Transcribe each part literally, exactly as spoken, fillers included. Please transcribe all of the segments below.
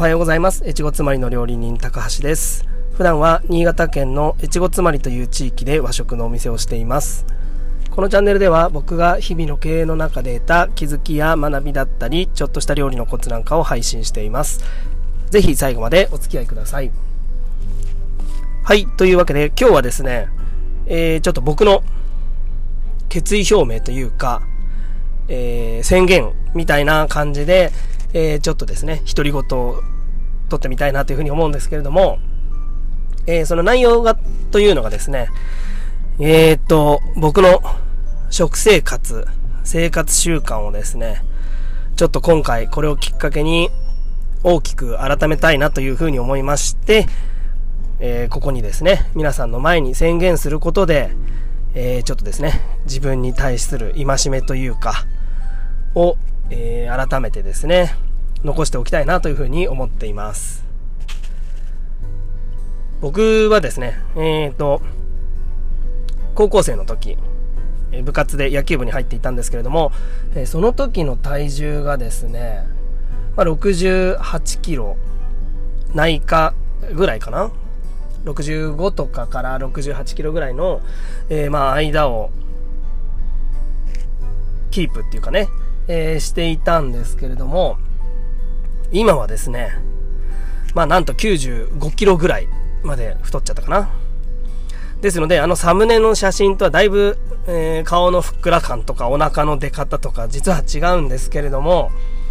はようございます。越後妻有の料理人高橋です。普段は新潟県の越後妻有という地域で和食のお店をしています。このチャンネルでは僕が日々の経営の中で得た気づきや学びだったり、ちょっとした料理のコツなんかを配信しています。ぜひ最後までお付き合いください。はい、というわけで今日はですね、えー、ちょっと僕の決意表明というか、えー、宣言みたいな感じで、えー、ちょっとですね、独り言を取ってみたいなというふうに思うんですけれども、えー、その内容がというのがですね、えー、っと僕の食生活生活習慣をですね、ちょっと今回これをきっかけに大きく改めたいなというふうに思いまして、えー、ここにですね、皆さんの前に宣言することで、えー、ちょっとですね、自分に対する戒めというかを、えー、改めてですね残しておきたいなというふうに思っています。僕はですね、えーと高校生の時、部活で野球部に入っていたんですけれども、その時の体重がですね、まあ、ろくじゅうはちキロないかぐらいかな、ろくじゅうごとかからろくじゅうはちキロぐらいの、えー、まあ間をキープっていうかね、えー、していたんですけれども、今はですね、まあなんときゅうじゅうごキロぐらいまで太っちゃったかな。ですので、あのサムネの写真とはだいぶ、えー、顔のふっくら感とかお腹の出方とか実は違うんですけれども、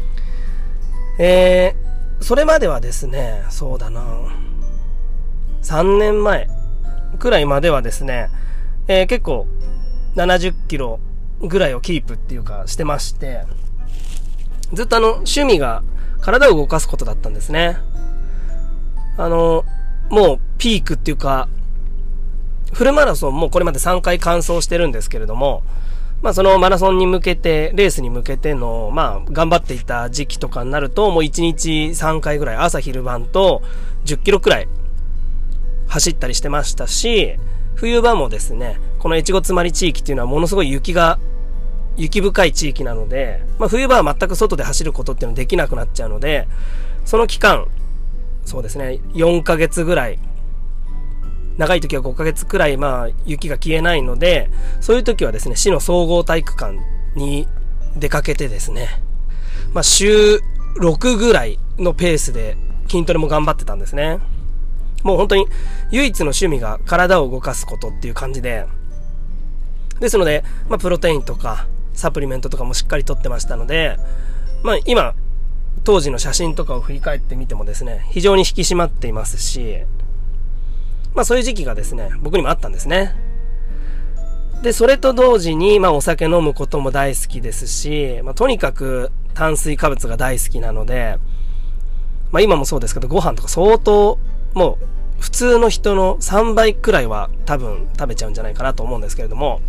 えー、それまではですね、そうだな、さんねんまえくらいまではですね、えー、結構ななじゅっキロぐらいをキープっていうかしてまして、ずっとあの趣味が体を動かすことだったんですね。あのもうピークっていうか、フルマラソンもこれまでさんかい完走してるんですけれども、まあそのマラソンに向けて、レースに向けてのまあ頑張っていた時期とかになると、もういちにちさんかいぐらい、朝昼晩とじゅっキロくらい走ったりしてましたし、冬場もですね、この越後妻有地域っていうのはものすごい雪が雪深い地域なので、まあ、冬場は全く外で走ることっていうのはできなくなっちゃうので、その期間、そうですね、よんかげつぐらい、長い時はごかげつくらい、まあ雪が消えないので、そういう時はですね、市の総合体育館に出かけてですね、まあ週ろくぐらいのペースで筋トレも頑張ってたんですね。もう本当に唯一の趣味が体を動かすことっていう感じで、ですので、まあプロテインとかサプリメントとかもしっかりとってましたので、まあ今当時の写真とかを振り返ってみてもですね、非常に引き締まっていますし、まあそういう時期がですね、僕にもあったんですね。で、それと同時に、まあお酒飲むことも大好きですし、まあとにかく炭水化物が大好きなので、まあ今もそうですけど、ご飯とか相当、もう普通の人のさんばいくらいは多分食べちゃうんじゃないかなと思うんですけれども、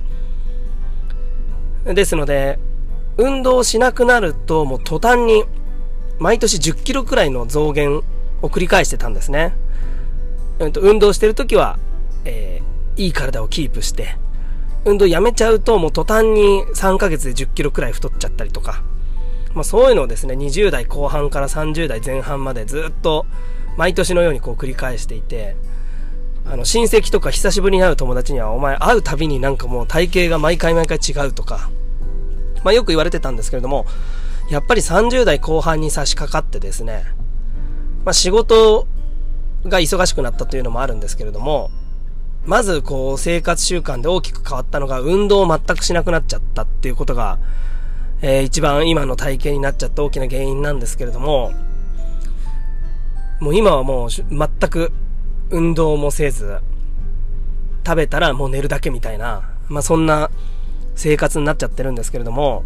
ですので運動しなくなるともう途端に毎年じゅっキロくらいの増減を繰り返してたんですね。運動してるときは、えー、いい体をキープして、運動やめちゃうともう途端にさんかげつでじゅっキロくらい太っちゃったりとか、まあ、そういうのをですね、にじゅうだいこう半からさんじゅうだいぜん半までずっと毎年のようにこう繰り返していて、あの親戚とか久しぶりに会う友達には、お前会うたびになんかもう体型が毎回毎回違うとか、まあよく言われてたんですけれども、やっぱりさんじゅうだいこう半に差し掛かってですね、まあ仕事が忙しくなったというのもあるんですけれども、まずこう生活習慣で大きく変わったのが、運動を全くしなくなっちゃったっていうことが、えー、一番今の体型になっちゃった大きな原因なんですけれども、もう今はもう全く運動もせず、食べたらもう寝るだけみたいな、まあそんな生活になっちゃってるんですけれども、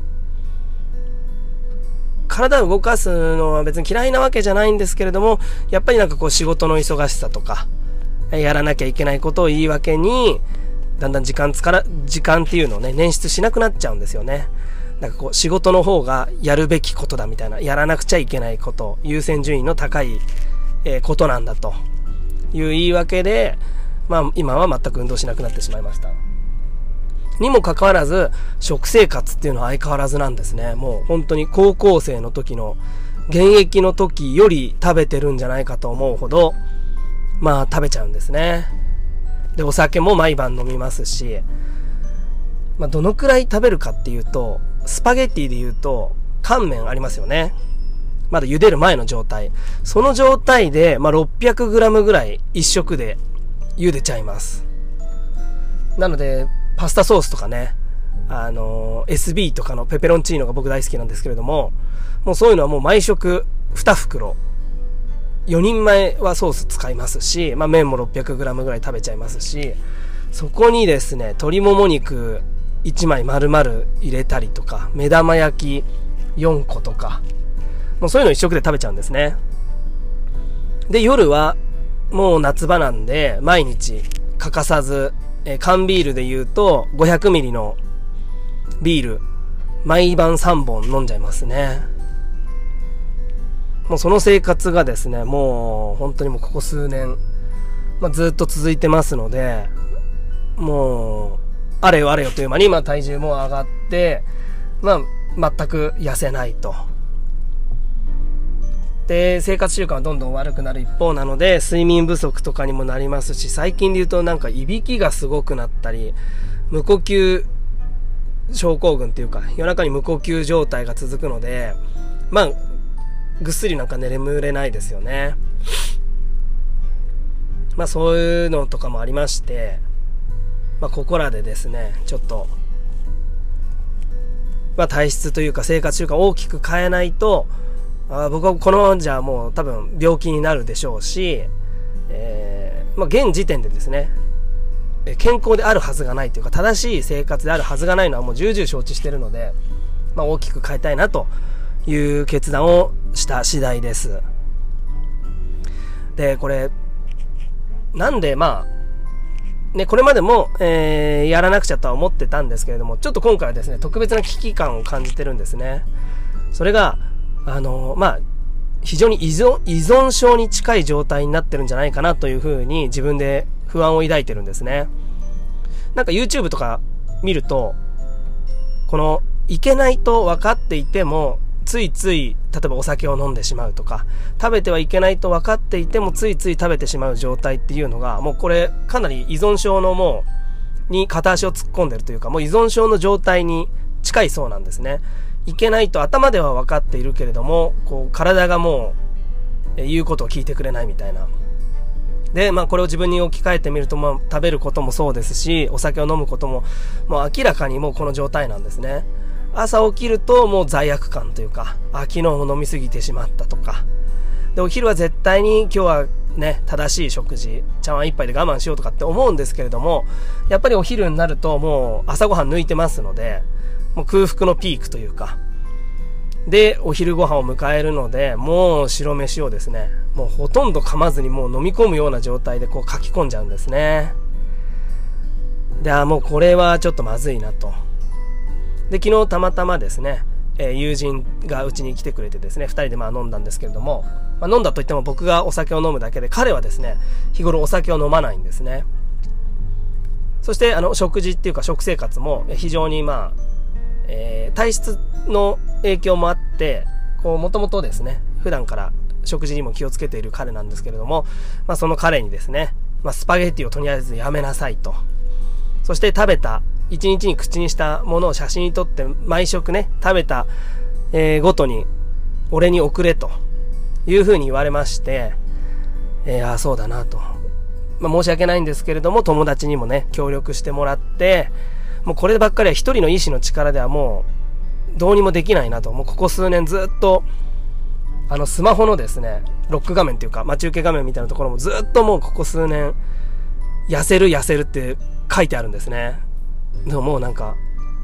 体を動かすのは別に嫌いなわけじゃないんですけれども、やっぱりなんかこう仕事の忙しさとか、やらなきゃいけないことを言い訳に、だんだん時間つから時間っていうのをね、捻出しなくなっちゃうんですよね。なんかこう仕事の方がやるべきことだみたいな、やらなくちゃいけないこと、優先順位の高い、えー、ことなんだという言い訳で、まあ今は全く運動しなくなってしまいました。にもかかわらず食生活っていうのは相変わらずなんですね。もう本当に高校生の時の現役の時より食べてるんじゃないかと思うほど、まあ食べちゃうんですね。で、お酒も毎晩飲みますし、まあどのくらい食べるかっていうと、スパゲッティで言うと、乾麺ありますよね。まだ茹でる前の状態。その状態で、まあ ろっぴゃくグラム ぐらい一食で茹でちゃいます。なので、パスタソースとかね、あのー、エスビー とかのペペロンチーノが僕大好きなんですけれども、もうそういうのはもう毎食に袋、よにんまえはソース使いますし、まあ麺も ろっぴゃくグラム ぐらい食べちゃいますし、そこにですね、鶏もも肉いちまい丸々入れたりとか、目玉焼きよんことか、もうそういうの一食で食べちゃうんですね。で、夜はもう夏場なんで、毎日欠かさず、えー、缶ビールで言うとごひゃくミリのビール毎晩さんぼん飲んじゃいますね。もうその生活がですね、もう本当にもうここ数年、まあ、ずっと続いてますので、もうあれよあれよという間に、まあ、体重も上がって、まあ、全く痩せないと。で、生活習慣はどんどん悪くなる一方なので、睡眠不足とかにもなりますし、最近で言うとなんかいびきがすごくなったり、無呼吸症候群っていうか、夜中に無呼吸状態が続くので、まあぐっすりなんか眠れないですよね。まあそういうのとかもありまして、まあここらでですね、ちょっとまあ体質というか生活習慣を大きく変えないと、あ僕はこのままじゃもう多分病気になるでしょうし、えー、まあ現時点でですね、健康であるはずがないというか、正しい生活であるはずがないのはもう重々承知しているので、まあ大きく変えたいなという決断をした次第です。で、これなんでまあね、これまでも、えー、やらなくちゃとは思ってたんですけれども、ちょっと今回はですね、特別な危機感を感じてるんですね。それがあのまあ非常に依存依存症に近い状態になってるんじゃないかなというふうに自分で不安を抱いてるんですね。なんか YouTube とか見ると、このいけないと分かっていてもついつい例えばお酒を飲んでしまうとか、食べてはいけないと分かっていてもついつい食べてしまう状態っていうのが、もうこれかなり依存症のもうに片足を突っ込んでるというか、もう依存症の状態に近いそうなんですね。いけないと頭では分かっているけれども、こう体がもう言うことを聞いてくれないみたいな。で、まあこれを自分に置き換えてみると、まあ食べることもそうですし、お酒を飲むことももう明らかにもうこの状態なんですね。朝起きるともう罪悪感というか、あ、昨日も飲みすぎてしまったとか。で、お昼は絶対に今日はね、正しい食事、茶碗一杯で我慢しようとかって思うんですけれども、やっぱりお昼になるともう朝ごはん抜いてますので、もう空腹のピークというか、でお昼ご飯を迎えるので、もう白飯をですね、もうほとんど噛まずにもう飲み込むような状態でこう書き込んじゃうんですね。で、あ、もうこれはちょっとまずいなと。で、昨日たまたまですね、えー、友人がうちに来てくれてですね、ふたりでまあ飲んだんですけれども、まあ、飲んだといっても僕がお酒を飲むだけで、彼はですね、日頃お酒を飲まないんですね。そしてあの食事っていうか食生活も非常にまあえー、体質の影響もあって、こうもともとですね、普段から食事にも気をつけている彼なんですけれども、まあ、その彼にですね、まあ、スパゲッティをとりあえずやめなさいと。そして食べた一日に口にしたものを写真に撮って毎食ね、食べた、えー、ごとに俺に送れというふうに言われまして、えー、ああそうだなと、まあ、申し訳ないんですけれども、友達にもね協力してもらって、もうこればっかりは一人の意志の力ではもうどうにもできないなと。もうここ数年ずっとあのスマホのですね、ロック画面っていうか待ち受け画面みたいなところもずっともうここ数年痩せる痩せるって書いてあるんですね。でももうなんか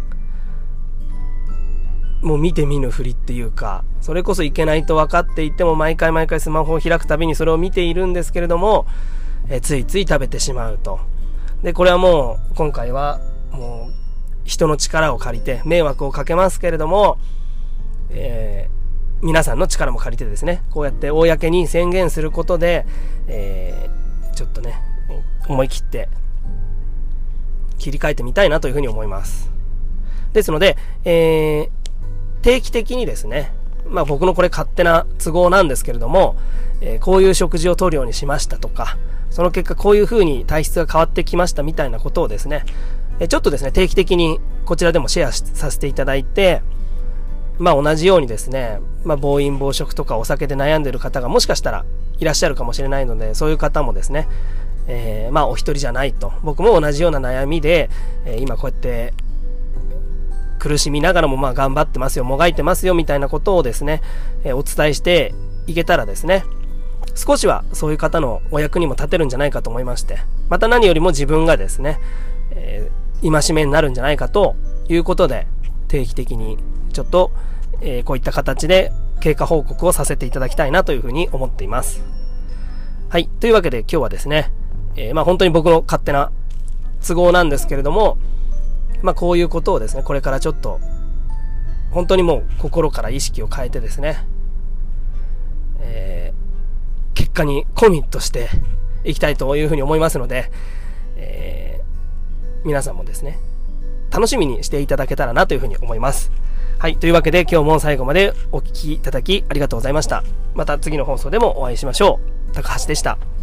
もう見て見ぬふりっていうか、それこそいけないと分かっていても毎回毎回スマホを開くたびにそれを見ているんですけれども、えついつい食べてしまうと。でこれはもう今回はもう人の力を借りて迷惑をかけますけれども、えー、皆さんの力も借りてですね、こうやって公に宣言することで、えー、ちょっとね思い切って切り替えてみたいなというふうに思います。ですので、えー、定期的にですね、 まあ僕のこれ勝手な都合なんですけれども、えー、こういう食事をとるようにしましたとか、その結果こういう風に体質が変わってきましたみたいなことをですね、えー、ちょっとですね、定期的にこちらでもシェアさせていただいて、まあ同じようにですね、まあ暴飲暴食とかお酒で悩んでいる方がもしかしたらいらっしゃるかもしれないので、そういう方もですね、えー、まあお一人じゃないと。僕も同じような悩みで、えー、今こうやって苦しみながらもまあ頑張ってますよ、もがいてますよみたいなことをですね、えー、お伝えしていけたらですね、少しはそういう方のお役にも立てるんじゃないかと思いまして、また何よりも自分がですね、えー、戒めになるんじゃないかということで、定期的にちょっと、えー、こういった形で経過報告をさせていただきたいなというふうに思っています。はい。というわけで今日はですね、えー、まあ本当に僕の勝手な都合なんですけれども、まあこういうことをですね、これからちょっと本当にもう心から意識を変えてですね、えー、結果にコミットしていきたいというふうに思いますので、えー、皆さんもですね、楽しみにしていただけたらなというふうに思います。はい。というわけで今日も最後までお聞きいただきありがとうございました。また次の放送でもお会いしましょう。高橋でした。